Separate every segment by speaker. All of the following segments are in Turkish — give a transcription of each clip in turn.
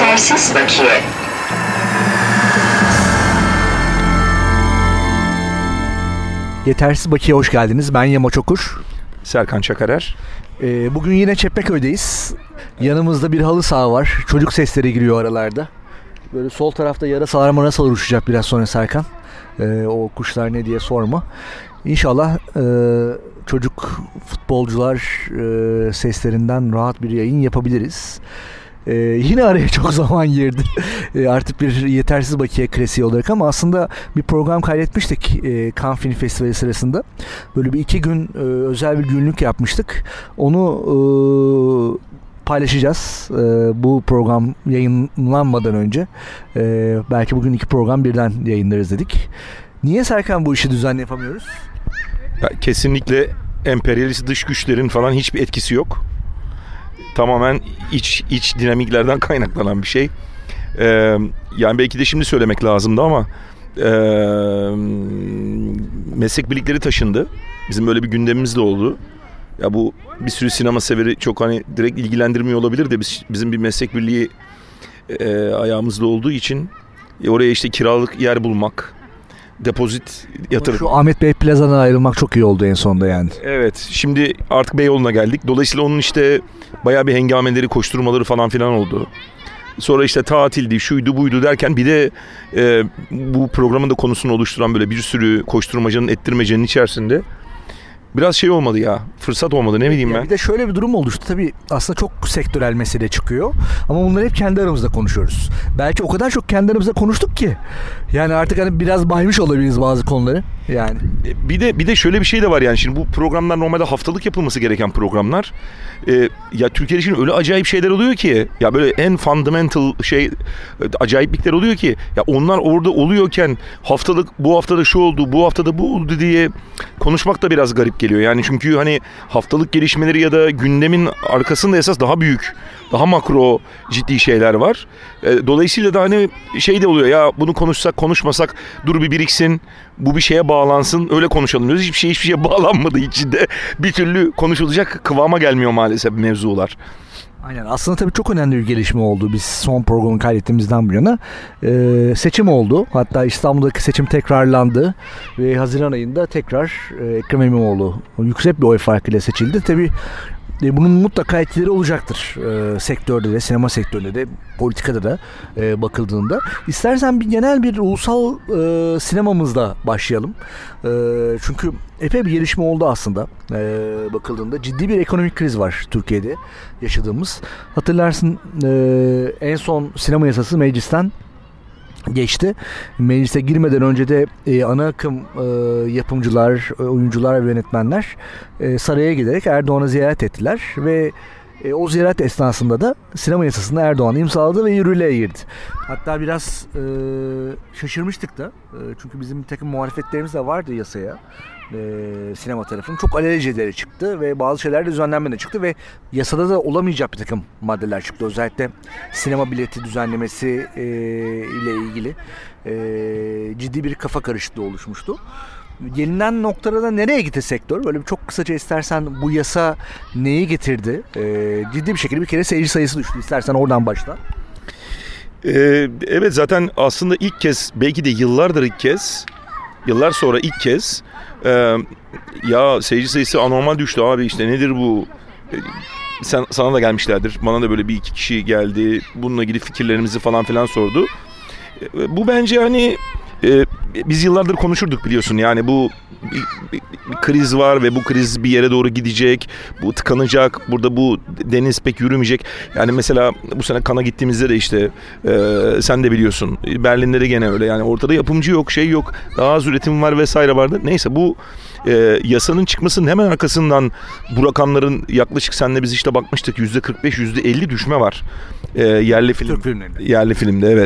Speaker 1: Yetersiz bakiye.
Speaker 2: Yetersiz Bakiye hoş geldiniz. Ben Yama Çokur.
Speaker 3: Serkan Çakarer.
Speaker 2: Bugün yine Çekmeköy'deyiz. Yanımızda bir halı saha var. Çocuk sesleri giriyor aralarda. Böyle sol tarafta yarasalar nasıl uçacak biraz sonra Serkan. O kuşlar ne diye sorma. İnşallah çocuk futbolcular seslerinden rahat bir yayın yapabiliriz. Yine araya çok zaman girdi. Artık bir Yetersiz Bakiye klasiği olarak ama aslında bir program kaydetmiştik Cannes Film Festivali sırasında. Böyle bir 2 gün özel bir günlük yapmıştık. Onu paylaşacağız bu program yayınlanmadan önce. Belki bugün 2 program birden yayınlarız dedik. Niye Serkan bu işi düzenli yapamıyoruz?
Speaker 3: Ya, kesinlikle emperyalist dış güçlerin falan hiçbir etkisi yok. Tamamen iç dinamiklerden kaynaklanan bir şey. Yani belki de şimdi söylemek lazımdı ama meslek birlikleri taşındı. Bizim böyle bir gündemimiz de oldu. Ya bu bir sürü sinema severi çok hani direkt ilgilendirmiyor olabilir de bizim bir meslek birliği ayağımızda olduğu için oraya işte kiralık yer bulmak, depozit yatırım.
Speaker 2: Şu Ahmet Bey Plaza'dan ayrılmak çok iyi oldu en sonunda yani.
Speaker 3: Evet, şimdi artık Beyoğlu'na geldik. Dolayısıyla onun işte bayağı bir hengameleri, koşturmaları falan filan oldu. Sonra işte tatildi, şuydu buydu derken bir de bu programın da konusunu oluşturan böyle bir sürü koşturmacanın, ettirmecenin içerisinde biraz şey olmadı ya, fırsat olmadı ne bileyim ben.
Speaker 2: Bir de şöyle bir durum oluştu tabii, aslında çok sektörel mesele çıkıyor ama bunları hep kendi aramızda konuşuyoruz. Belki o kadar çok kendi aramızda konuştuk ki yani artık hani biraz baymış olabiliriz bazı konuları yani.
Speaker 3: Bir de şöyle bir şey de var yani, şimdi bu programlar normalde haftalık yapılması gereken programlar. Ya Türkiye'de şimdi öyle acayip şeyler oluyor ki ya, böyle en fundamental acayiplikler oluyor ki ya, onlar orada oluyorken haftalık bu haftada şu oldu, bu haftada bu oldu diye konuşmak da biraz garip geliyor. Yani çünkü hani haftalık gelişmeleri ya da gündemin arkasında esas daha büyük, daha makro ciddi şeyler var. Dolayısıyla da hani şey de oluyor ya, bunu konuşsak konuşmasak dur bir biriksin, bu bir şeye bağlansın öyle konuşalım diyoruz. Hiçbir şeye bağlanmadığı için de bir türlü konuşulacak kıvama gelmiyor maalesef mevzular.
Speaker 2: Aynen, aslında tabii çok önemli bir gelişme oldu biz son programı kaydettiğimizden bu yana. Seçim oldu. Hatta İstanbul'daki seçim tekrarlandı ve Haziran ayında tekrar Ekrem İmamoğlu yüksek bir oy farkıyla seçildi. Tabii bunun mutlaka etkileri olacaktır sektörde de, sinema sektöründe de, politikada da bakıldığında. İstersen bir genel bir ulusal sinemamızda başlayalım. Çünkü epey bir gelişme oldu aslında bakıldığında. Ciddi bir ekonomik kriz var Türkiye'de yaşadığımız. Hatırlarsın en son sinema yasası meclisten geçti. Meclise girmeden önce de ana akım yapımcılar, oyuncular ve yönetmenler saraya giderek Erdoğan'ı ziyaret ettiler ve o ziyaret esnasında da sinema yasasını Erdoğan imzaladı ve yürürlüğe girdi. Hatta biraz şaşırmıştık da çünkü bizim bir takım muhalefetlerimiz de vardı yasaya. Sinema tarafının çok alelacele çıktı ve bazı şeyler de düzenlenmeden çıktı ve yasada da olamayacak bir takım maddeler çıktı. Özellikle sinema bileti düzenlemesi ile ilgili ciddi bir kafa karışıklığı oluşmuştu. Gelinen noktada da nereye gitti sektör? Böyle bir çok kısaca istersen bu yasa neyi getirdi? Ciddi bir şekilde bir kere seyirci sayısı düştü. İstersen oradan başla.
Speaker 3: Evet, zaten aslında ilk kez, belki de yıllar sonra ilk kez ya seyirci sayısı anormal düştü abi, işte nedir bu? Sana da gelmişlerdir. Bana da böyle bir iki kişi geldi. Bununla ilgili fikirlerimizi falan filan sordu. Bu bence hani biz yıllardır konuşurduk biliyorsun. Yani bu bir kriz var ve bu kriz bir yere doğru gidecek. Bu tıkanacak. Burada bu deniz pek yürümeyecek. Yani mesela bu sene Cannes'a gittiğimizde de işte sen de biliyorsun. Berlin'de de gene öyle. Yani ortada yapımcı yok, şey yok. Daha az üretim var vesaire vardı. Neyse, bu yasanın çıkmasının hemen arkasından bu rakamların yaklaşık, senle biz işte bakmıştık, %45, %50 düşme var. Yerli film.
Speaker 2: Türk filmlerinde.
Speaker 3: Yerli filmde, evet.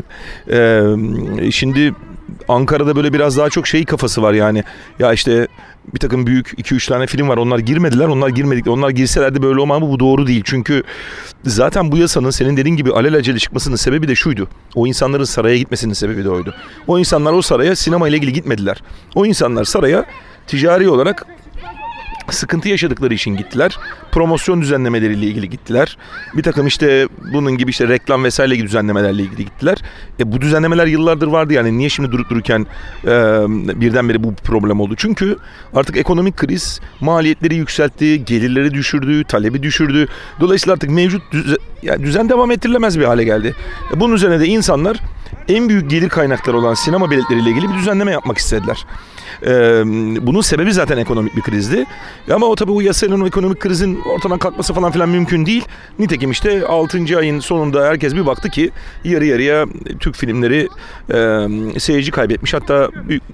Speaker 3: Şimdi Ankara'da böyle biraz daha çok şey kafası var yani. Ya işte bir takım büyük 2-3 tane film var. Onlar girmediler. Onlar girselerdi böyle olmaz mı? Bu doğru değil. Çünkü zaten bu yasanın senin dediğin gibi alelacele çıkmasının sebebi de şuydu. O insanların saraya gitmesinin sebebi de oydu. O insanlar o saraya sinema ile ilgili gitmediler. O insanlar saraya ticari olarak sıkıntı yaşadıkları için gittiler. Promosyon düzenlemeleriyle ilgili gittiler. Bir takım işte bunun gibi işte reklam vesaire gibi düzenlemelerle ilgili gittiler. Bu düzenlemeler yıllardır vardı yani. Niye şimdi durup dururken birdenbire bu problem oldu? Çünkü artık ekonomik kriz maliyetleri yükseltti, gelirleri düşürdü, talebi düşürdü. Dolayısıyla artık mevcut düzen devam ettirilemez bir hale geldi. Bunun üzerine de insanlar en büyük gelir kaynakları olan sinema biletleriyle ilgili bir düzenleme yapmak istediler. Bunun sebebi zaten ekonomik bir krizdi. Ama o tabii o yasanın o ekonomik krizin ortadan kalkması falan filan mümkün değil. Nitekim işte 6. ayın sonunda herkes bir baktı ki yarı yarıya Türk filmleri seyirci kaybetmiş. Hatta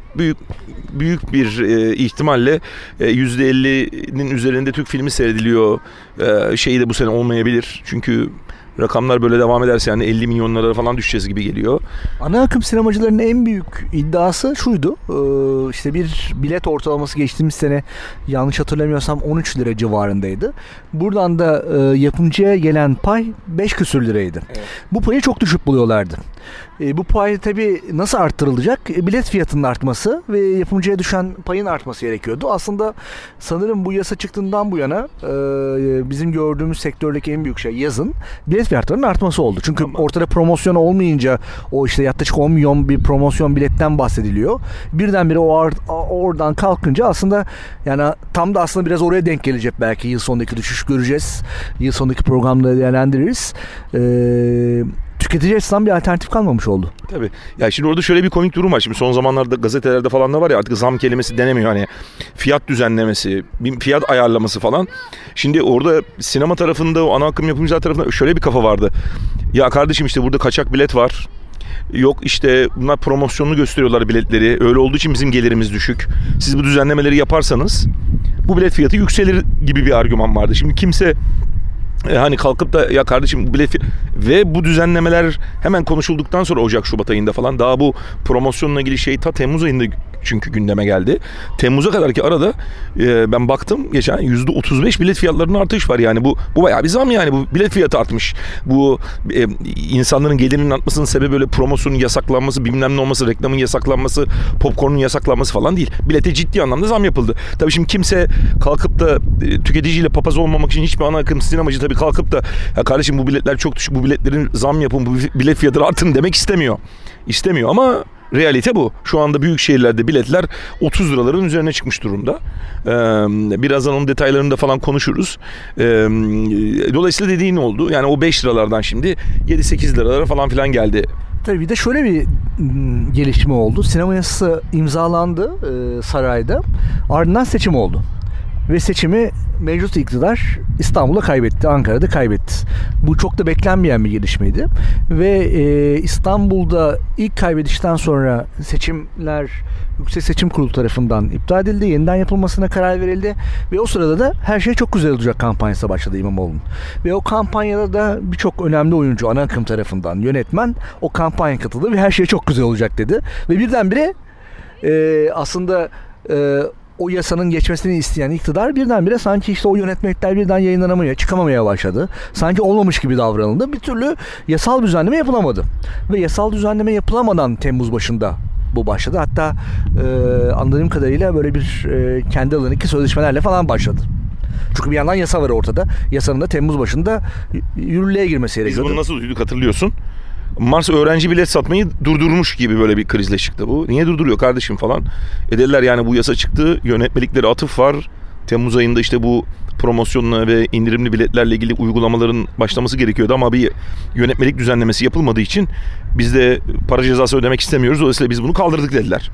Speaker 3: büyük bir ihtimalle %50'nin üzerinde Türk filmi seyrediliyor. Şeyi de bu sene olmayabilir. Çünkü rakamlar böyle devam ederse yani 50 milyonlara falan düşeceğiz gibi geliyor.
Speaker 2: Ana akım sinemacıların en büyük iddiası şuydu. İşte bir bilet ortalaması geçtiğimiz sene yanlış hatırlamıyorsam 13 lira civarındaydı. Buradan da yapımcıya gelen pay 5 küsür liraydı. Evet. Bu payı çok düşük buluyorlardı. Bu pay tabii nasıl arttırılacak? Bilet fiyatının artması ve yapımcıya düşen payın artması gerekiyordu. Aslında sanırım bu yasa çıktığından bu yana bizim gördüğümüz sektördeki en büyük şey yazın bilet fiyatlarının artması oldu. Çünkü ortada promosyon olmayınca o işte yaklaşık 10 milyon bir promosyon biletten bahsediliyor. Birdenbire oradan kalkınca aslında yani tam da aslında biraz oraya denk gelecek belki yıl sonundaki düşüş göreceğiz. Yıl sonundaki programda değerlendiririz. Tüketici açısından bir alternatif kalmamış oldu.
Speaker 3: Tabii. Ya şimdi orada şöyle bir komik durum var. Şimdi son zamanlarda gazetelerde falan da var ya artık zam kelimesi denemiyor. Hani fiyat düzenlemesi, bir fiyat ayarlaması falan. Şimdi orada sinema tarafında, o ana akım yapımcılar tarafında şöyle bir kafa vardı. Ya kardeşim işte burada kaçak bilet var. Yok işte bunlar promosyonunu gösteriyorlar biletleri. Öyle olduğu için bizim gelirimiz düşük. Siz bu düzenlemeleri yaparsanız bu bilet fiyatı yükselir gibi bir argüman vardı. Şimdi kimse hani kalkıp da ya kardeşim bu bilet ve bu düzenlemeler hemen konuşulduktan sonra Ocak-Şubat ayında falan daha bu promosyonla ilgili şey ta Temmuz ayında çünkü gündeme geldi. Temmuz'a kadarki arada ben baktım geçen %35 bilet fiyatlarının artış var yani bu bayağı bir zam yani bu bilet fiyatı artmış. Bu insanların gelirinin artmasının sebebi böyle promosyonun yasaklanması, bilmem ne olması, reklamın yasaklanması, popcorn'un yasaklanması falan değil. Bilete ciddi anlamda zam yapıldı. Tabii şimdi kimse kalkıp da tüketiciyle papaz olmamak için hiçbir ana akım sinemacı tabii kalkıp da ya kardeşim bu biletler çok düşük, bu biletlerin zam yapın, bu bilet fiyatları artın demek istemiyor. İstemiyor ama realite bu. Şu anda büyük şehirlerde biletler 30 liraların üzerine çıkmış durumda. Birazdan onun detaylarını da falan konuşuruz. Dolayısıyla dediğin oldu. Yani o 5 liralardan şimdi 7-8 liralara falan filan geldi.
Speaker 2: Tabii bir de şöyle bir gelişme oldu. Sinema yasası imzalandı sarayda. Ardından seçim oldu. Ve seçimi mevcut iktidar İstanbul'da kaybetti, Ankara'da kaybetti. Bu çok da beklenmeyen bir gelişmeydi. Ve İstanbul'da ilk kaybedişten sonra seçimler Yüksek Seçim Kurulu tarafından iptal edildi. Yeniden yapılmasına karar verildi. Ve o sırada da her şey çok güzel olacak kampanyası başladı İmamoğlu'nun. Ve o kampanyada da birçok önemli oyuncu ana akım tarafından yönetmen o kampanya katıldı ve her şey çok güzel olacak dedi. Ve birdenbire aslında o yasanın geçmesini isteyen iktidar birdenbire sanki işte o yönetmelikler birden yayınlanamaya, çıkamamaya başladı. Sanki olmamış gibi davranıldı. Bir türlü yasal düzenleme yapılamadı. Ve yasal düzenleme yapılamadan Temmuz başında bu başladı. Hatta anladığım kadarıyla böyle bir kendi alanındaki sözleşmelerle falan başladı. Çünkü bir yandan yasa var ortada. Yasanın da Temmuz başında yürürlüğe girmesi gerekiyordu.
Speaker 3: Biz bunu nasıl duyduk hatırlıyorsun? Mars öğrenci bilet satmayı durdurmuş gibi böyle bir krizle çıktı bu. Niye durduruyor kardeşim falan. Dediler yani bu yasa çıktı. Yönetmelikleri atıf var. Temmuz ayında işte bu promosyonla ve indirimli biletlerle ilgili uygulamaların başlaması gerekiyordu ama bir yönetmelik düzenlemesi yapılmadığı için biz de para cezası ödemek istemiyoruz. Dolayısıyla biz bunu kaldırdık dediler.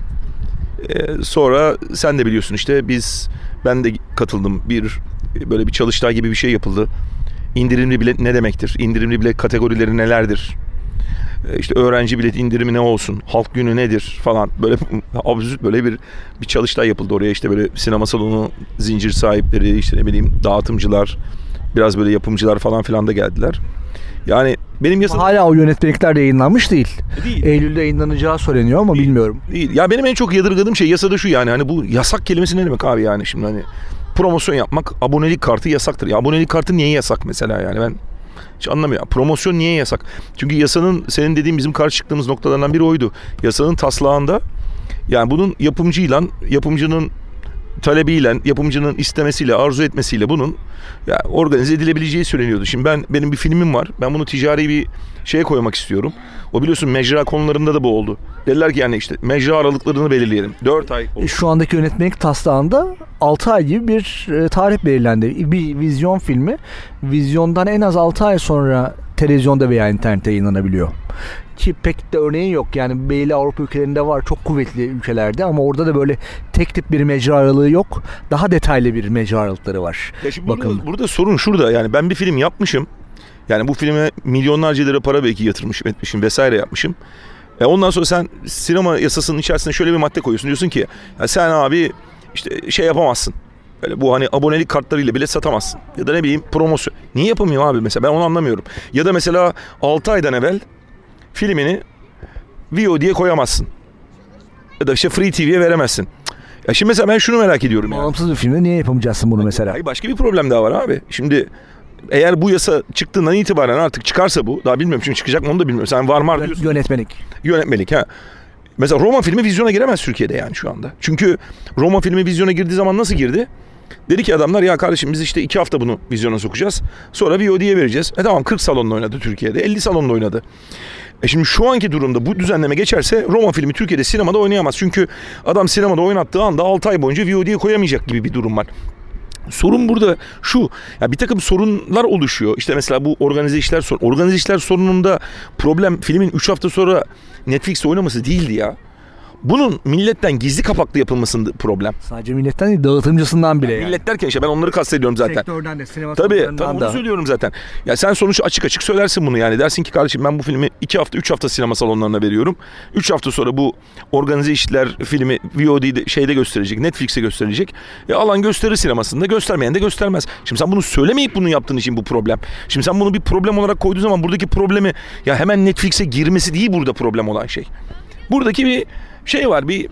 Speaker 3: Sonra sen de biliyorsun işte ben de katıldım. Böyle bir çalıştay gibi bir şey yapıldı. İndirimli bilet ne demektir? İndirimli bilet kategorileri nelerdir? İşte öğrenci bilet indirimi ne olsun? Halk günü nedir? Falan böyle absürt böyle bir çalıştay yapıldı oraya işte böyle sinema salonu zincir sahipleri işte ne bileyim dağıtımcılar biraz böyle yapımcılar falan filan da geldiler. Yani benim yasa...
Speaker 2: Hala o yönetmelikler de yayınlanmış değil. Eylül'de yayınlanacağı söyleniyor ama bilmiyorum.
Speaker 3: Değil. Ya benim en çok yadırgadığım şey yasada şu yani hani bu yasak kelimesi ne demek abi yani şimdi hani promosyon yapmak abonelik kartı yasaktır. Ya abonelik kartı niye yasak mesela yani ben hiç anlamıyorum. Promosyon niye yasak? Çünkü yasanın senin dediğin bizim karşı çıktığımız noktalardan biri oydu. Yasanın taslağında yani bunun yapımcının talebiyle, yapımcının istemesiyle, arzu etmesiyle bunun ya organize edilebileceği söyleniyordu. Şimdi benim bir filmim var. Ben bunu ticari bir şeye koymak istiyorum. O biliyorsun mecra konularında da bu oldu. Dediler ki yani işte mecra aralıklarını belirleyelim. 4 ay oldu.
Speaker 2: Şu andaki yönetmenlik taslağında 6 ay gibi bir tarih belirlendi. Bir vizyon filmi vizyondan en az 6 ay sonra televizyonda veya internette yayınlanabiliyor. Ki pek de örneğin yok. Yani belli Avrupa ülkelerinde var. Çok kuvvetli ülkelerde ama orada da böyle tek tip bir mecra aralığı yok. Daha detaylı bir mecra aralıkları var.
Speaker 3: Ya şimdi burada sorun şurada. Yani ben bir film yapmışım. Yani bu filme milyonlarca lira para belki yatırmışım, etmişim vesaire yapmışım. Ondan sonra sen sinema yasasının içerisinde şöyle bir madde koyuyorsun. Diyorsun ki ya sen abi işte şey yapamazsın. Böyle bu hani abonelik kartlarıyla bile satamazsın. Ya da ne bileyim promosyon. Niye yapamıyor abi mesela? Ben onu anlamıyorum. Ya da mesela 6 aydan evvel filmini VOD'ye koyamazsın. Ya da işte Free TV'ye veremezsin. Ya şimdi mesela ben şunu merak ediyorum.
Speaker 2: Bağımsız bir filmde niye yapamayacaksın bunu mesela?
Speaker 3: Hayır, başka bir problem daha var abi. Şimdi eğer bu yasa çıktığından itibaren artık çıkarsa bu, daha bilmiyorum çünkü çıkacak mı onu da bilmiyorum. Sen var diyorsun. Yönetmelik ha. Mesela Roma filmi vizyona giremez Türkiye'de yani şu anda. Çünkü Roma filmi vizyona girdiği zaman nasıl girdi? Dedi ki adamlar ya kardeşim biz işte 2 hafta bunu vizyona sokacağız. Sonra VOD'ye vereceğiz. Tamam 40 salonda oynadı Türkiye'de. 50 salonda oynadı. Şimdi şu anki durumda bu düzenleme geçerse Roma filmi Türkiye'de sinemada oynayamaz. Çünkü adam sinemada oynattığı anda 6 ay boyunca VOD'ye koyamayacak gibi bir durum var. Sorun burada şu, ya bir takım sorunlar oluşuyor. İşte mesela bu organize işler sorunu. Organize işler sorununda problem filmin 3 hafta sonra Netflix'te oynaması değildi ya. Bunun milletten gizli kapaklı yapılmasında problem.
Speaker 2: Sadece milletten değil, dağıtımcısından bile.
Speaker 3: Millet derken işte ben onları kastediyorum zaten.
Speaker 2: Sektörden de, sinema
Speaker 3: tabii
Speaker 2: sektöründen
Speaker 3: onu söylüyorum zaten. Ya sen sonuç açık söylersin bunu yani. Dersin ki kardeşim ben bu filmi 2 hafta 3 hafta sinema salonlarına veriyorum. 3 hafta sonra bu organize işler filmi VOD'de şeyde gösterecek, Netflix'e gösterecek. Alan gösterir sinemasında, göstermeyen de göstermez. Şimdi sen bunu söylemeyip bunu yaptığın için bu problem. Şimdi sen bunu bir problem olarak koyduğun zaman buradaki problemi ya hemen Netflix'e girmesi değil burada problem olan şey. Buradaki bir şey var, bir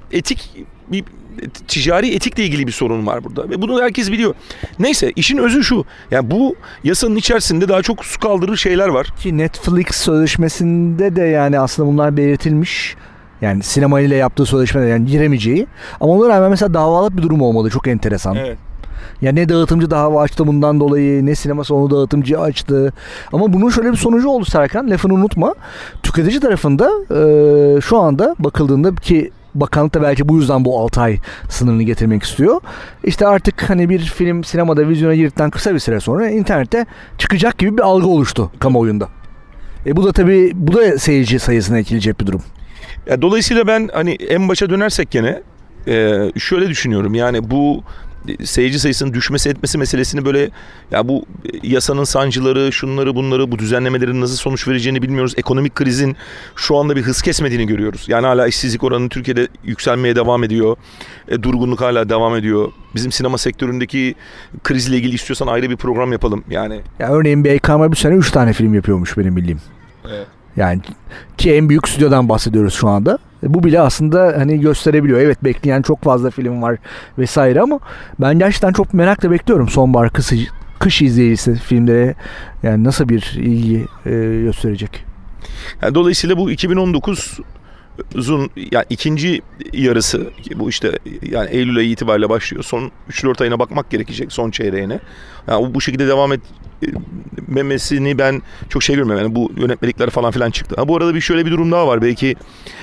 Speaker 3: ticari etikle ilgili bir sorun var burada ve bunu herkes biliyor. Neyse işin özü şu. Yani bu yasanın içerisinde daha çok su kaldırır şeyler var.
Speaker 2: Ki Netflix sözleşmesinde de yani aslında bunlar belirtilmiş. Yani sinema ile yaptığı sözleşmede yani giremeyeceği. Ama ona rağmen mesela davalık bir durum olmadı. Çok enteresan.
Speaker 3: Evet.
Speaker 2: Ya ne dağıtımcı dava açtı bundan dolayı, ne sinema salonu dağıtımcı açtı. Ama bunun şöyle bir sonucu oldu Serkan, lafını unutma. Tüketici tarafında şu anda bakıldığında ki bakanlık da belki bu yüzden bu 6 ay sınırını getirmek istiyor. İşte artık hani bir film sinemada vizyona girdikten kısa bir süre sonra internette çıkacak gibi bir algı oluştu kamuoyunda. Bu da tabii bu da seyirci sayısına etkileyecek bir durum.
Speaker 3: Ya dolayısıyla ben hani en başa dönersek gene şöyle düşünüyorum. Yani bu seyirci sayısının düşmesi etmesi meselesini böyle ya bu yasanın sancıları, şunları bunları, bu düzenlemelerin nasıl sonuç vereceğini bilmiyoruz. Ekonomik krizin şu anda bir hız kesmediğini görüyoruz. Yani hala işsizlik oranı Türkiye'de yükselmeye devam ediyor. Durgunluk hala devam ediyor. Bizim sinema sektöründeki krizle ilgili istiyorsan ayrı bir program yapalım yani.
Speaker 2: Ya örneğin BKM bir sene 3 tane film yapıyormuş benim bildiğim.
Speaker 3: Evet.
Speaker 2: Yani ki en büyük stüdyodan bahsediyoruz şu anda. Bu bile aslında hani gösterebiliyor. Evet bekleyen çok fazla film var vesaire ama ben gerçekten çok merakla bekliyorum sonbahar kış izleyicisi filmlere yani nasıl bir ilgi gösterecek.
Speaker 3: Yani dolayısıyla bu 2019'un yani ikinci yarısı bu işte yani Eylül ayı itibariyle başlıyor. Son 3-4 ayına bakmak gerekecek son çeyreğine. Yani bu şekilde devam etmemesini ben çok şey görmüyorum. Yani bu yönetmelikler falan filan çıktı. Bu arada şöyle bir durum daha var. Belki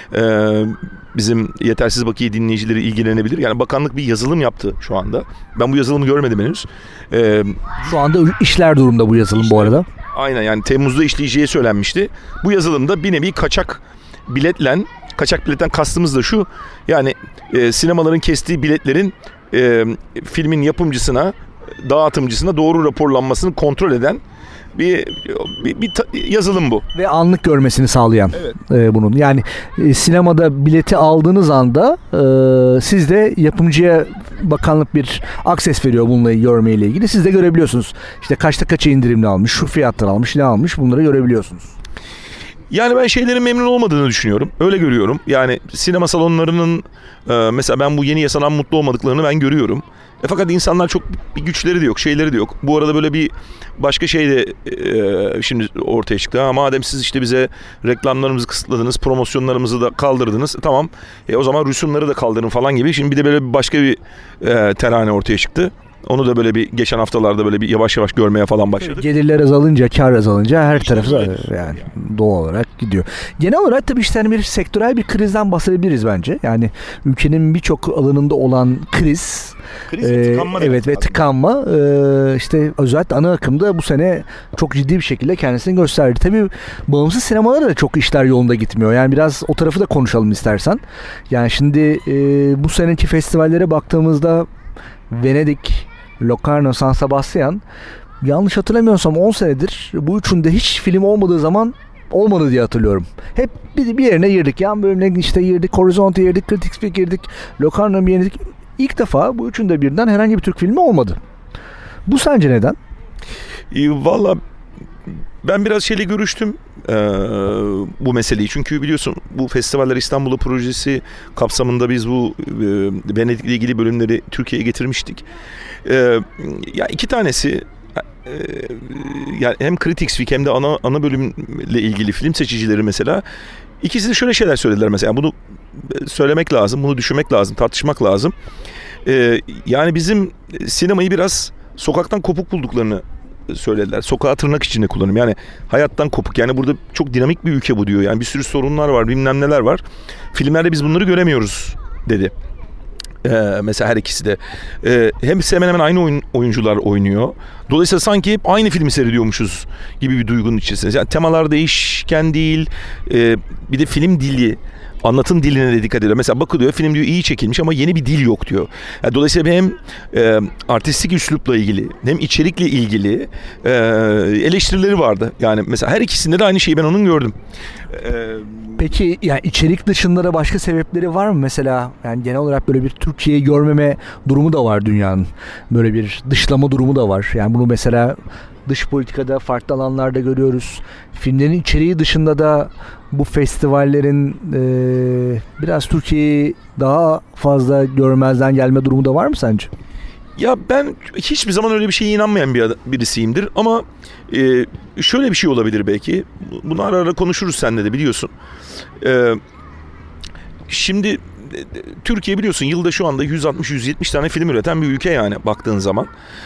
Speaker 3: bizim Yetersiz Bakiye dinleyicileri ilgilenebilir. Yani bakanlık bir yazılım yaptı şu anda. Ben bu yazılımı görmedim henüz.
Speaker 2: Şu anda işler durumda bu yazılım bu arada.
Speaker 3: Aynen yani Temmuz'da işleyeceği söylenmişti. Bu yazılımda bir nevi kaçak biletten kastımız da şu. Yani sinemaların kestiği biletlerin filmin yapımcısına, dağıtımcısına doğru raporlanmasını kontrol eden bir yazılım bu.
Speaker 2: Ve anlık görmesini sağlayan bunun. Yani sinemada bileti aldığınız anda siz de yapımcıya bakanlık bir akses veriyor bununla görmeyle ilgili. Siz de görebiliyorsunuz. İşte kaçta kaça indirimli almış, şu fiyattan almış, ne almış bunları görebiliyorsunuz.
Speaker 3: Yani ben şeylerin memnun olmadığını düşünüyorum. Öyle görüyorum. Yani sinema salonlarının mesela ben bu yeni yasadan mutlu olmadıklarını ben görüyorum. Fakat insanlar çok bir güçleri de yok, şeyleri de yok. Bu arada böyle bir başka şey de şimdi ortaya çıktı. Ha, madem siz işte bize reklamlarımızı kısıtladınız, promosyonlarımızı da kaldırdınız. Tamam, o zaman rüsumları da kaldırın falan gibi. Şimdi bir de böyle başka bir terane ortaya çıktı. Onu da böyle bir geçen haftalarda böyle bir yavaş yavaş görmeye falan başladık.
Speaker 2: Gelirler azalınca, kar azalınca her
Speaker 3: İşte
Speaker 2: tarafı
Speaker 3: öyle.
Speaker 2: yani doğal olarak gidiyor. Genel olarak tabii işte hani bir sektörel bir krizden bahsedebiliriz bence. Yani ülkenin birçok alanında olan kriz.
Speaker 3: Kriz ve tıkanma demek
Speaker 2: Evet ve
Speaker 3: lazım.
Speaker 2: tıkanma işte özellikle ana akımda bu sene çok ciddi bir şekilde kendisini gösterdi. Tabii bağımsız sinemalara da çok işler yolunda gitmiyor. Yani biraz o tarafı da konuşalım istersen. Yani şimdi bu seneki festivallere baktığımızda Venedik, Locarno, San Sebastian, yanlış hatırlamıyorsam 10 senedir bu üçünde hiç film olmadığı zaman olmadı diye hatırlıyorum. Hep bir yerine girdik. Yan bölümüne işte girdik, Horizonte girdik, Critics Week girdik, Locarno'ya girdik. İlk defa bu üçünde birden herhangi bir Türk filmi olmadı. Bu sence neden?
Speaker 3: Valla ben biraz şeyle görüştüm bu meseleyi. Çünkü biliyorsun bu Festivaller İstanbul'a projesi kapsamında biz bu Venedik'le ilgili bölümleri Türkiye'ye getirmiştik. Ya iki tanesi yani hem Critics Week hem de ana bölümle ilgili film seçicileri mesela ikisi de şöyle şeyler söylediler mesela. Yani bunu söylemek lazım, bunu düşünmek lazım, tartışmak lazım. Yani bizim sinemayı biraz sokaktan kopuk bulduklarını söylediler. Sokağı tırnak içinde kullanıyorum. Yani hayattan kopuk. Yani burada çok dinamik bir ülke bu diyor. Yani bir sürü sorunlar var, bilmem neler var. Filmlerde biz bunları göremiyoruz dedi. Mesela her ikisi de. Hepsi hemen hemen aynı oyuncular oynuyor. Dolayısıyla sanki hep aynı filmi seyrediyormuşuz gibi bir duygunun içerisinde. Yani temalar değişken değil. Bir de film dili, anlatım diline de dikkat ediyor. Mesela bakılıyor film diyor iyi çekilmiş ama yeni bir dil yok diyor. Yani dolayısıyla hem artistik üslupla ilgili hem içerikle ilgili eleştirileri vardı. Yani mesela her ikisinde de aynı şeyi ben onun gördüm.
Speaker 2: Peki yani içerik dışında da başka sebepleri var mı? Mesela yani genel olarak böyle bir Türkiye'yi görmeme durumu da var dünyanın. Böyle bir dışlama durumu da var. Yani bunu mesela dış politikada farklı alanlarda görüyoruz. Filmlerin içeriği dışında da bu festivallerin biraz Türkiye'yi daha fazla görmezden gelme durumu da var mı sence?
Speaker 3: Ya ben hiçbir zaman öyle bir şeye inanmayan birisiyimdir ama şöyle bir şey olabilir belki. Bunu ara ara konuşuruz seninle de biliyorsun. Şimdi Türkiye biliyorsun yılda şu anda 160-170 tane film üreten bir ülke yani baktığın zaman.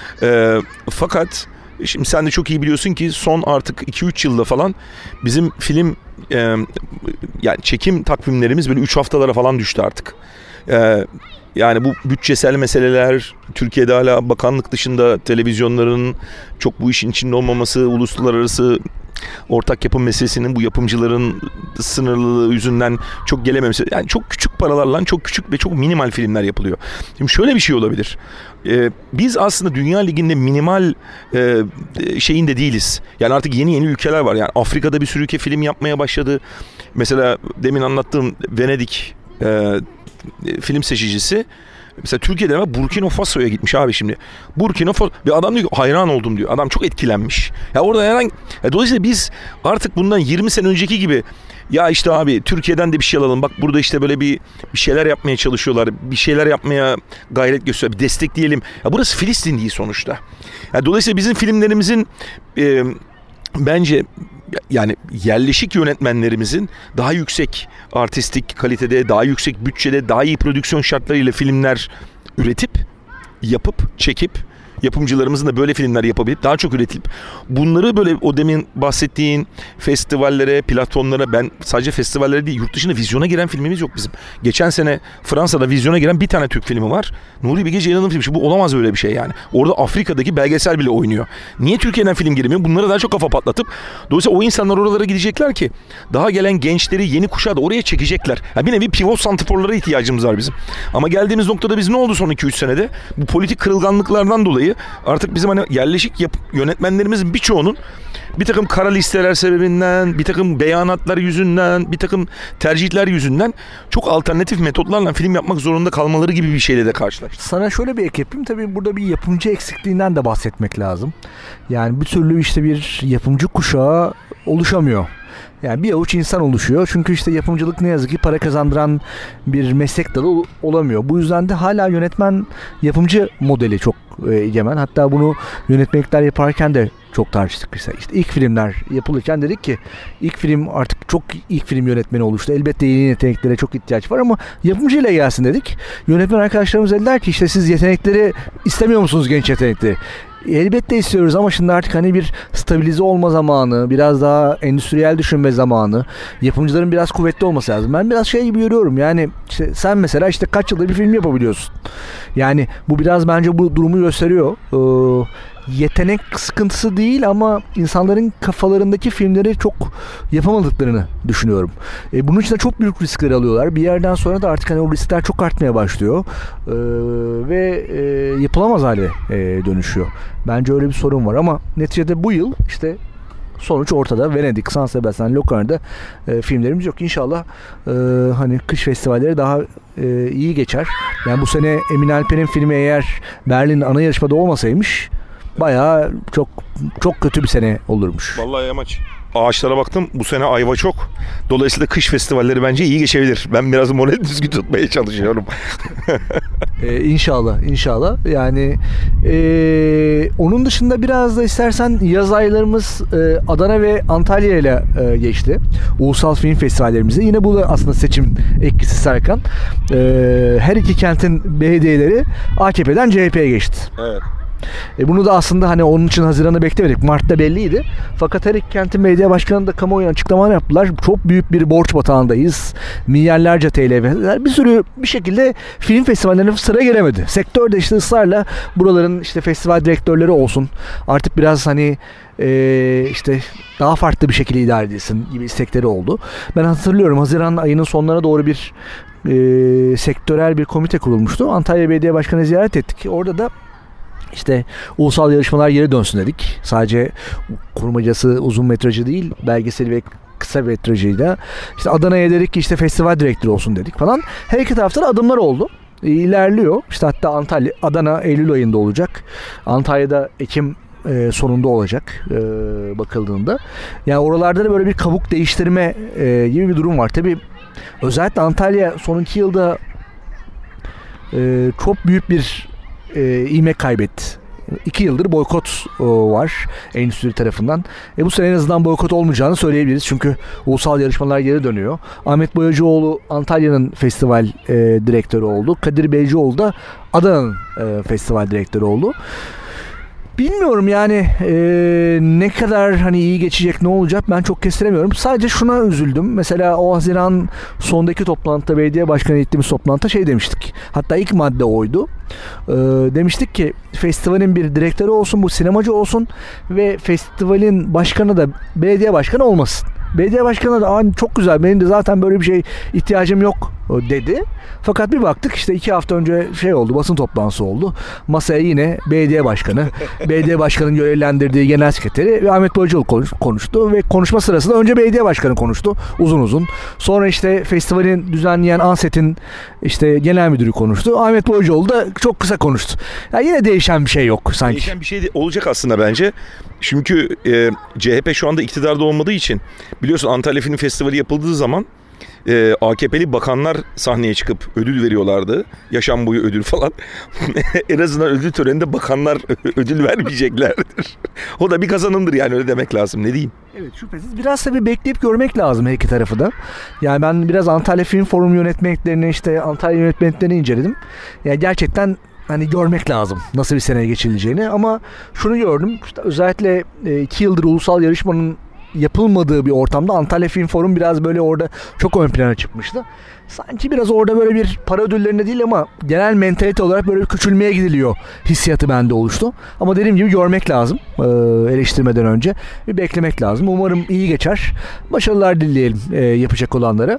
Speaker 3: Fakat şimdi sen de çok iyi biliyorsun ki son artık 2-3 yılda falan bizim film yani çekim takvimlerimiz böyle 3 haftalara falan düştü artık. Yani bu bütçesel meseleler, Türkiye'de hala bakanlık dışında televizyonların çok bu işin içinde olmaması, uluslararası ortak yapım meselesinin bu yapımcıların sınırlılığı yüzünden çok gelememesi. Yani çok küçük paralarla çok küçük ve çok minimal filmler yapılıyor. Şimdi şöyle bir şey olabilir. Biz aslında Dünya Ligi'nde minimal şeyinde değiliz. Yani artık yeni ülkeler var. Yani Afrika'da bir sürü ülke film yapmaya başladı. Mesela demin anlattığım Venedik film seçicisi mesela Türkiye'de ama Burkina Faso'ya gitmiş abi şimdi. Burkina Faso bir adam diyor ki hayran oldum diyor. Adam çok etkilenmiş. Ya orada dolayısıyla biz artık bundan 20 sene önceki gibi ya işte abi Türkiye'den de bir şey alalım. Bak burada işte böyle bir şeyler yapmaya çalışıyorlar. Bir şeyler yapmaya gayret gösteriyor. Bir destekleyelim. Ya burası Filistin değil sonuçta. Ya dolayısıyla bizim filmlerimizin bence yani yerleşik yönetmenlerimizin daha yüksek artistik kalitede, daha yüksek bütçede, daha iyi prodüksiyon şartlarıyla filmler üretip, yapıp, çekip, yapımcılarımızın da böyle filmler yapabilip, daha çok üretilip, bunları böyle o demin bahsettiğin festivallere, platformlara, ben sadece festivallere değil, yurt dışında vizyona giren filmimiz yok bizim. Geçen sene Fransa'da vizyona giren bir tane Türk filmi var. Nuri Bilge Ceylan'ın filmi. Bu olamaz öyle bir şey yani. Orada Afrika'daki belgesel bile oynuyor. Niye Türkiye'den film girmiyor? Bunlara daha çok kafa patlatıp, dolayısıyla o insanlar oralara gidecekler ki, daha gelen gençleri, yeni kuşağı da oraya çekecekler. Yani bir nevi pivot santrforlara ihtiyacımız var bizim. Ama geldiğimiz noktada biz ne oldu son 2-3 senede? Bu politik kırılganlıklardan dolayı artık bizim hani yerleşik yönetmenlerimizin birçoğunun bir takım kara listeler sebebinden, bir takım beyanatlar yüzünden, bir takım tercihler yüzünden çok alternatif metotlarla film yapmak zorunda kalmaları gibi bir şeyle de karşılaştık.
Speaker 2: Sana şöyle bir ek yapayım. Tabii burada bir yapımcı eksikliğinden de bahsetmek lazım. Yani bir türlü işte bir yapımcı kuşağı oluşamıyor. Yani bir avuç insan oluşuyor. Çünkü işte yapımcılık ne yazık ki para kazandıran bir meslek dalı olamıyor. Bu yüzden de hala yönetmen yapımcı modeli çok egemen. Hatta bunu yönetmenlikler yaparken de çok tartıştık. İşte ilk filmler yapılırken dedik ki ilk film yönetmeni oluştu. Elbette yeni yeteneklere çok ihtiyaç var ama yapımcıyla gelsin dedik. Yönetmen arkadaşlarımız dediler ki işte siz yetenekleri istemiyor musunuz, genç yetenekleri? Elbette istiyoruz ama şimdi artık hani bir stabilize olma zamanı, biraz daha endüstriyel düşünme zamanı, yapımcıların biraz kuvvetli olması lazım. Ben biraz şey gibi görüyorum, yani işte sen mesela işte kaç yılda bir film yapabiliyorsun. Yani bu biraz bence bu durumu gösteriyor. Yetenek sıkıntısı değil ama insanların kafalarındaki filmleri çok yapamadıklarını düşünüyorum. Bunun için de çok büyük riskler alıyorlar. Bir yerden sonra da artık hani o riskler çok artmaya başlıyor. Ve yapılamaz hale dönüşüyor. Bence öyle bir sorun var ama neticede bu yıl işte sonuç ortada. Venedik, San Sebastian, Locarno'da filmlerimiz yok. İnşallah hani kış festivalleri daha iyi geçer. Yani bu sene Emin Alper'in filmi eğer Berlin ana yarışmada olmasaymış bayağı çok kötü bir sene olurmuş.
Speaker 3: Vallahi amaç. Ağaçlara baktım. Bu sene ayva çok. Dolayısıyla kış festivalleri bence iyi geçebilir. Ben biraz moral düzgün tutmaya çalışıyorum.
Speaker 2: İnşallah. Yani onun dışında biraz da istersen yaz aylarımız Adana ve Antalya ile geçti. Ulusal film festivallerimizde. Yine bu da aslında seçim etkisi Serkan. Her iki kentin belediyeleri AKP'den CHP'ye geçti.
Speaker 3: Evet.
Speaker 2: Bunu da aslında hani onun için Haziran'ı beklemedik. Mart'ta belliydi. Fakat her iki kentin belediye başkanı da kamuoyuna açıklamalar yaptılar. Çok büyük bir borç batağındayız. Milyarlarca TL verdiler. Bir şekilde film festivallerine sıra gelemedi. Sektör de işte ısrarla buraların işte festival direktörleri olsun. Artık biraz hani işte daha farklı bir şekilde idare edilsin gibi istekleri oldu. Ben hatırlıyorum Haziran ayının sonlarına doğru bir sektörel bir komite kurulmuştu. Antalya Belediye Başkanı'nı ziyaret ettik. Orada da İşte ulusal yarışmalar geri dönsün dedik. Sadece kurmacası uzun metrajı değil, belgeseli ve kısa metrajıyla. İşte Adana'ya dedik ki işte festival direktörü olsun dedik falan. Her iki tarafta da adımlar oldu. İlerliyor. İşte hatta Adana Eylül ayında olacak. Antalya'da Ekim sonunda olacak bakıldığında. Yani oralarda da böyle bir kabuk değiştirme gibi bir durum var. Tabii özellikle Antalya son 2 yılda çok büyük bir ivme kaybetti. 2 yıldır boykot var endüstri tarafından. Bu sene en azından boykot olmayacağını söyleyebiliriz. Çünkü ulusal yarışmalar geri dönüyor. Ahmet Boyacıoğlu Antalya'nın festival direktörü oldu. Kadir Beycioğlu da Adana'nın festival direktörü oldu. Bilmiyorum yani ne kadar hani iyi geçecek, ne olacak ben çok kestiremiyorum. Sadece şuna üzüldüm. Mesela o Haziran sondaki toplantıda, belediye başkanı gittiğimiz toplantıda şey demiştik. Hatta ilk madde oydu. Demiştik ki festivalin bir direktörü olsun, bu sinemacı olsun ve festivalin başkanı da belediye başkanı olmasın. Belediye başkanı da çok güzel, benim de zaten böyle bir şey ihtiyacım yok dedi. Fakat bir baktık işte 2 hafta önce şey oldu, basın toplantısı oldu. Masaya yine belediye başkanı, belediye başkanının görevlendirdiği genel sekreteri ve Ahmet Boyacıoğlu konuştu ve konuşma sırasında önce belediye başkanı konuştu uzun. Sonra işte festivalin düzenleyen Anset'in işte genel müdürü konuştu. Ahmet Boyacıoğlu da çok kısa konuştu. Yani yine değişen bir şey yok sanki.
Speaker 3: Değişen bir şey de olacak aslında bence. Çünkü CHP şu anda iktidarda olmadığı için biliyorsun Antalya Film Festivali yapıldığı zaman AKP'li bakanlar sahneye çıkıp ödül veriyorlardı. Yaşam boyu ödül falan. En azından ödül töreninde bakanlar ödül vermeyeceklerdir. O da bir kazanımdır yani, öyle demek lazım. Ne diyeyim?
Speaker 2: Evet, şüphesiz. Biraz tabii bekleyip görmek lazım her iki tarafı da. Yani ben biraz Antalya Film Forum yönetmenliklerini, işte Antalya yönetmenliklerini inceledim. Yani gerçekten hani görmek lazım nasıl bir seneye geçileceğini, ama şunu gördüm. İşte özellikle 2 yıldır ulusal yarışmanın yapılmadığı bir ortamda Antalya Film Forum biraz böyle orada çok ön plana çıkmıştı. Sanki biraz orada böyle bir para ödüllerine değil ama genel mentalite olarak böyle bir küçülmeye gidiliyor hissiyatı bende oluştu. Ama dediğim gibi görmek lazım eleştirmeden önce. Bir beklemek lazım. Umarım iyi geçer. Başarılar dileyelim yapacak olanlara.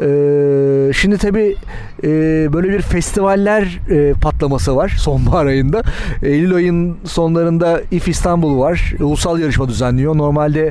Speaker 2: Şimdi tabii böyle bir festivaller patlaması var sonbahar ayında. Eylül ayın sonlarında İF İstanbul var. Ulusal yarışma düzenliyor. Normalde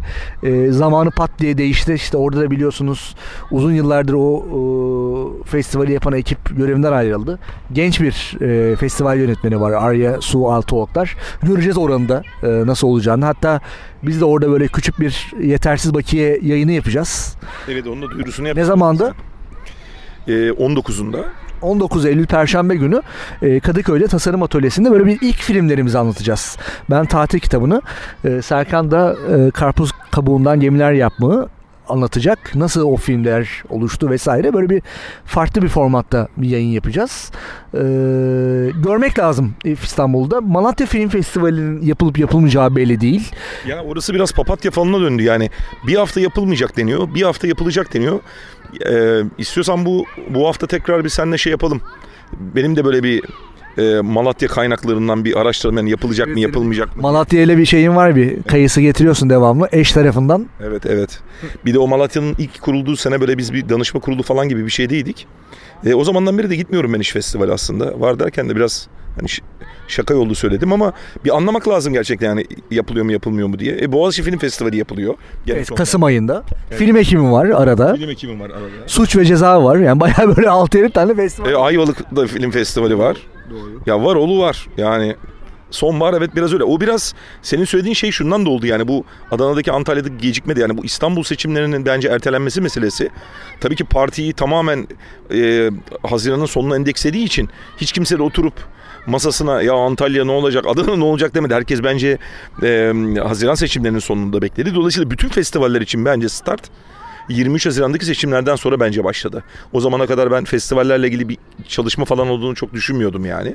Speaker 2: zamanı pat diye değişti. İşte orada da biliyorsunuz uzun yıllardır o festivali yapan ekip görevinden ayrıldı. Genç bir festival yönetmeni var, Arya Su Altıoklar. Göreceğiz oranında nasıl olacağını. Hatta biz de orada böyle küçük bir yetersiz bakiye yayını yapacağız.
Speaker 3: Evet, onun da duyurusunu yapacağız.
Speaker 2: Ne zamanda?
Speaker 3: 19'unda.
Speaker 2: 19 Eylül Perşembe günü Kadıköy'de Tasarım Atölyesi'nde böyle bir ilk filmlerimizi anlatacağız. Ben tatil kitabını, Serkan da karpuz kabuğundan gemiler yapmayı anlatacak. Nasıl o filmler oluştu vesaire. Böyle bir farklı bir formatta bir yayın yapacağız. Görmek lazım İstanbul'da. Malatya Film Festivali'nin yapılıp yapılmayacağı belli değil.
Speaker 3: Ya orası biraz papatya falına döndü yani. Bir hafta yapılmayacak deniyor, bir hafta yapılacak deniyor. İstiyorsan bu hafta tekrar bir seninle şey yapalım. Benim de böyle bir Malatya kaynaklarından bir araştırma, yani yapılacak mı yapılmayacak mı?
Speaker 2: Malatya ile bir şeyin var, bir kayısı getiriyorsun devamlı eş tarafından.
Speaker 3: Evet. Bir de o Malatya'nın ilk kurulduğu sene böyle biz bir danışma kurulu falan gibi bir şeydeydik. O zamandan beri de gitmiyorum ben hiç festivale aslında. Var derken de biraz hani şaka yollu söyledim ama bir anlamak lazım gerçekten, yani yapılıyor mu yapılmıyor mu diye. Boğaziçi Film Festivali yapılıyor.
Speaker 2: Evet, Kasım ayında. Evet. Film ekimi var arada.
Speaker 3: Film ekimi var arada.
Speaker 2: Suç ve Ceza var. Yani bayağı böyle 6-7 tane festival.
Speaker 3: Ayvalık'ta film festivali var.
Speaker 2: Doğru.
Speaker 3: Ya var. Yani sonbahar, evet, biraz öyle. O biraz senin söylediğin şey şundan da oldu, yani bu Adana'daki, Antalya'daki gecikmedi. Yani bu İstanbul seçimlerinin bence ertelenmesi meselesi. Tabii ki partiyi tamamen Haziran'ın sonuna endekslediği için hiç kimse de oturup masasına ya Antalya ne olacak, Adana ne olacak demedi. Herkes bence Haziran seçimlerinin sonunda bekledi. Dolayısıyla bütün festivaller için bence start 23 Haziran'daki seçimlerden sonra bence başladı. O zamana kadar ben festivallerle ilgili bir çalışma falan olduğunu çok düşünmüyordum yani.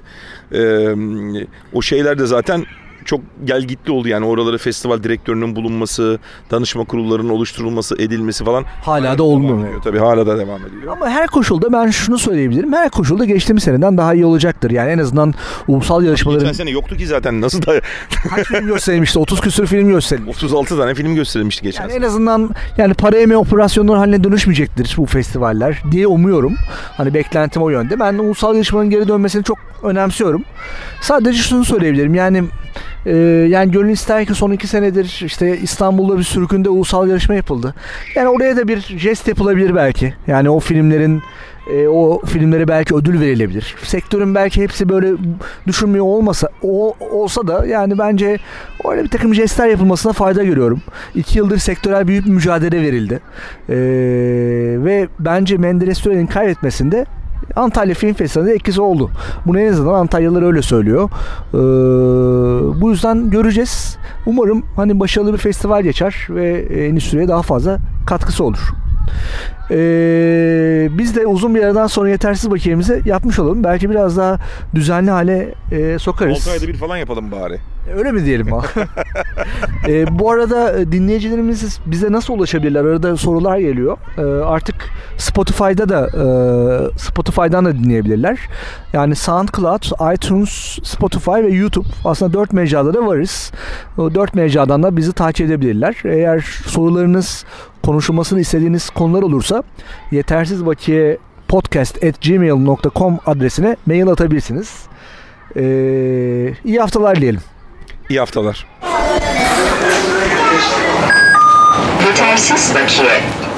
Speaker 3: O şeyler de zaten çok gel gitti oldu yani, oraları festival direktörünün bulunması, danışma kurullarının oluşturulması, edilmesi falan.
Speaker 2: Hala da olmuyor.
Speaker 3: Tabii hala da devam ediyor.
Speaker 2: Ama her koşulda ben şunu söyleyebilirim. Her koşulda geçtiğimiz seneden daha iyi olacaktır. Yani en azından ulusal yarışmaların...
Speaker 3: Geçen sene yoktu ki zaten, nasıl da...
Speaker 2: Kaç film gösterilmişti? 30 küsur film gösterilmişti.
Speaker 3: 36 tane film gösterilmişti geçen
Speaker 2: yani
Speaker 3: sene.
Speaker 2: En azından yani para yeme operasyonları haline dönüşmeyecektir bu festivaller diye umuyorum. Hani beklentim o yönde. Ben ulusal yarışmanın geri dönmesini çok önemsiyorum. Sadece şunu söyleyebilirim. Yani gönül ister ki son 2 senedir işte İstanbul'da bir sürgünde ulusal yarışma yapıldı. Yani oraya da bir jest yapılabilir belki. Yani o filmlere belki ödül verilebilir. Sektörün belki hepsi böyle düşünmüyor olsa da yani bence öyle bir takım jestler yapılmasına fayda görüyorum. 2 yıldır sektörel büyük bir mücadele verildi. Ve bence Menderes Süren'in kaybetmesinde Antalya Film Festivali'nde etkisi oldu. Bunu en azından Antalyalılar öyle söylüyor. Bu yüzden göreceğiz. Umarım hani başarılı bir festival geçer ve endüstriye daha fazla katkısı olur. Biz de uzun bir aradan sonra yetersiz bakiyemizi yapmış olalım. Belki biraz daha düzenli hale sokarız.
Speaker 3: 6 ayda bir falan yapalım bari.
Speaker 2: Öyle mi diyelim? Bu arada dinleyicilerimiz bize nasıl ulaşabilirler? Arada sorular geliyor. Artık Spotify'dan da dinleyebilirler. Yani SoundCloud, iTunes, Spotify ve YouTube. Aslında 4 mecrada da varız. O 4 mecradan da bizi takip edebilirler. Eğer sorularınız, konuşulmasını istediğiniz konular olursa yetersizbakiye@gmail.com adresine mail atabilirsiniz. İyi haftalar diyelim.
Speaker 3: İyi haftalar.
Speaker 1: Yetersiz bakiye.